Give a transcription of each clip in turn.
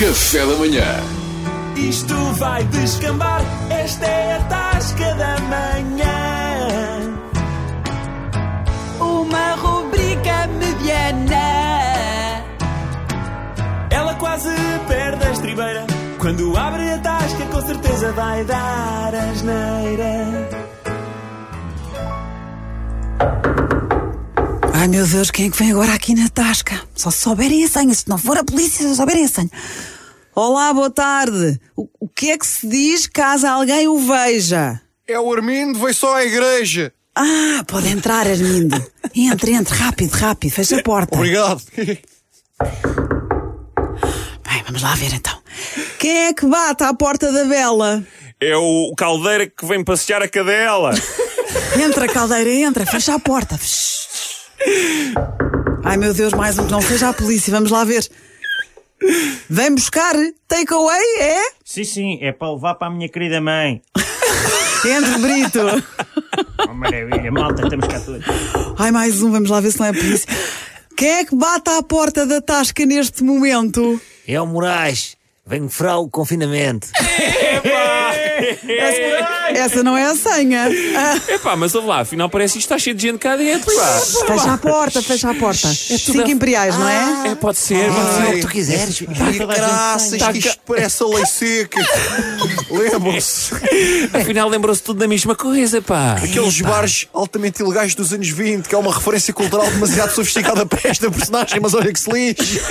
Café da manhã. Isto vai descambar. Esta é a tasca da manhã. Uma rubrica mediana. Ela quase perde a estribeira. Quando abre a tasca, com certeza vai dar asneira. Ai meu Deus, quem é que vem agora aqui na tasca? Só se souberem a senha, se não for a polícia, só souberem a senha. Olá, boa tarde. O que é que se diz caso alguém o veja? É o Armindo, veio só à igreja. Ah, pode entrar, Armindo. Entre, rápido, fecha a porta. Obrigado. Bem, vamos lá ver então. Quem é que bate à porta da vela? É o Caldeira que vem passear a cadela. Entra, Caldeira, entra, fecha a porta. Ai meu Deus, mais um que não seja a polícia, vamos lá ver. Vem buscar takeaway, é? Sim, é para levar para a minha querida mãe. Entre, Brito. Oh, maravilha, malta, estamos cá todos. Ai, mais um, vamos lá ver se não é a polícia. Quem é que bate à porta da tasca neste momento? É o Moraes. Venho furar o confinamento. Essa não é a senha. Epá, mas ouve lá, afinal parece que isto está cheio de gente cá dentro, pá. Fecha a porta. 5 imperiais, não é? É, pode ser. É o que tu quiseres. Que graças, que isto parece a lei seca. Lembram-se? Afinal lembrou-se tudo da mesma coisa, pá. Aqueles bares altamente ilegais dos anos 20, que é uma referência cultural demasiado sofisticada para esta personagem, mas olha que se lixe.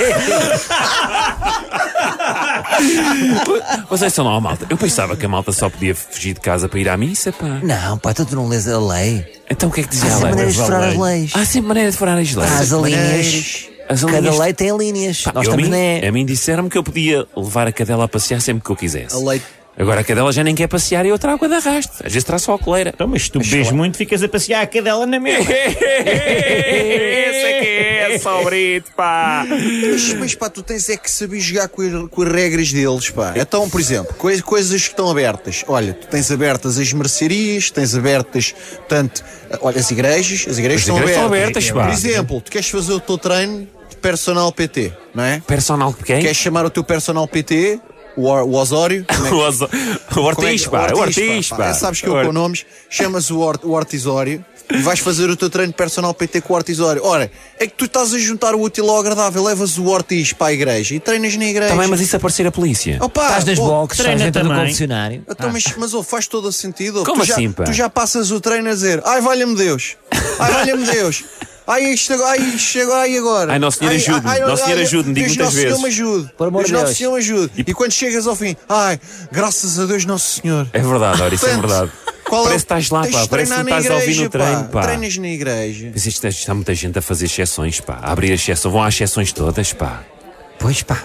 Vocês são lá, malta. Eu pensava que a malta só podia fugir de casa para ir à missa, pá. Não, pá, tu não lês a lei. Então o que é que dizia Há a sempre lei? maneiras de furar as leis. Há sempre maneira de furar as leis. Há as alíneas. As Cada alíneas. lei tem linhas. Pá, Nós a estamos mim, na... a mim disseram-me que eu podia levar a cadela a passear sempre que eu quisesse. A lei. Agora a cadela já nem quer passear e eu trago a de arrasto. Às vezes traz só a coleira. Então, mas se tu bebes muito, ficas a passear a cadela na mesma. Esse é que é, só Brito, pá. Mas pá, tu tens é que saber jogar com as regras deles, pá. Então, por exemplo, coisas que estão abertas. Olha, tu tens abertas as mercearias, tens abertas, portanto, olha, as igrejas estão abertas. pá. Por exemplo, tu queres fazer o teu treino de personal PT, não é? Personal de quem? Queres chamar o teu personal PT, o Osório? O Ortiz, pá. O Ortiz, pá. Sabes que eu com nomes, chamas o Ortizório e vais fazer o teu treino de personal PT com o Ortizório. Ora, é que tu estás a juntar o útil ao agradável, levas o Ortiz para a igreja e treinas na igreja. Também, mas isso aparecer a polícia. Opa, Estás nas boxes, estás treina dentro do também. confessionário. Então, mas faz todo o sentido. Como tu assim, pá? Tu já passas o treino a dizer: ai, valha-me Deus! Ai, valha-me Deus! Ai, isto agora, ai, agora. Ai, Nosso Senhor ajude-me. Nosso Senhor ajude-me, digo muitas Nosso Senhor vezes. me ajude. Por amor de Nosso Deus. Senhor me ajude. E quando chegas ao fim, ai, graças a Deus, Nosso Senhor. É verdade, ora, isso é Portanto, verdade. qual Parece que estás lá, tens pá. de Parece que treinar estás na a ouvir igreja, no treino, pá. Treinas na igreja. Mas isto está muita gente a fazer exceções, pá. A abrir exceções. Vão às exceções todas, pá. Pois pá.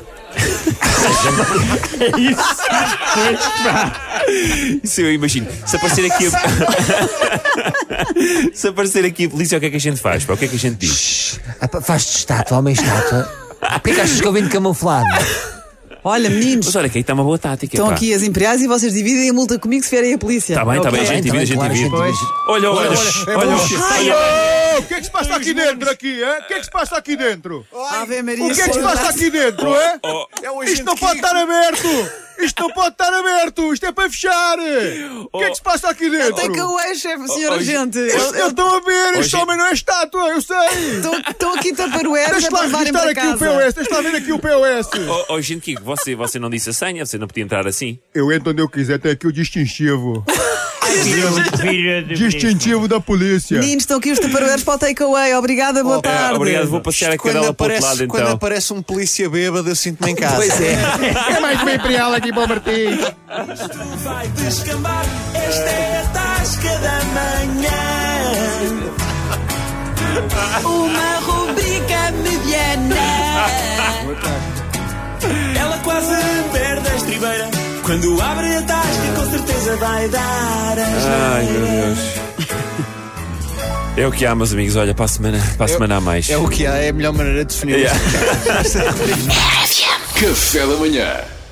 Isso eu imagino. Se aparecer aqui Se aparecer aqui a polícia, o que é que a gente faz, pá? O que é que a gente diz? Faz-te estátua, homem estátua. Porquê que achas que eu vim de camuflado? Olha, meninos, Mas olha que aí está uma boa tática, estão pá. aqui as imperiais e vocês dividem a multa comigo se vierem a polícia. Está bem, a Ok? gente divide, a gente claro, divide. a gente Olha. bucha. O que é que se passa aqui dentro aqui, é? O que é que se passa aqui dentro? Ave Maria. O que é que se passa aqui dentro, é? Isto não pode estar aberto! Isto não pode estar aberto! Isto é para fechar! O que é que se passa aqui dentro? Takeaway, chefe, senhor agente. Eu estou a ver! Este homem não é estátua, eu sei! Estou aqui taparoeiros Deixa a lá levarem registar para aqui o casa. POS! Deixa lá ver aqui o POS! Oh, gente, Kiko, você não disse a senha, você não podia entrar assim. Eu entro onde eu quiser, tem aqui o distintivo. Filha de... Distintivo da polícia. Meninos, estão aqui os taparoeiros para o takeaway. Obrigada, boa tarde. Obrigado, vou passear a cadela para o outro lado, Quando então. aparece um polícia bêbado, eu sinto-me em casa. Pois é. É mais uma imperial aqui para o Martim. Isto vai descambar. Esta é a tasca da manhã. Uma rubrica mediana. Ela quase perde a estribeira. Quando abre a tasca, com certeza vai dar asneira. Ai, meu Deus. É o que há, meus amigos. Olha, para a semana há mais. É o que há, é a melhor maneira de definir. Café da manhã.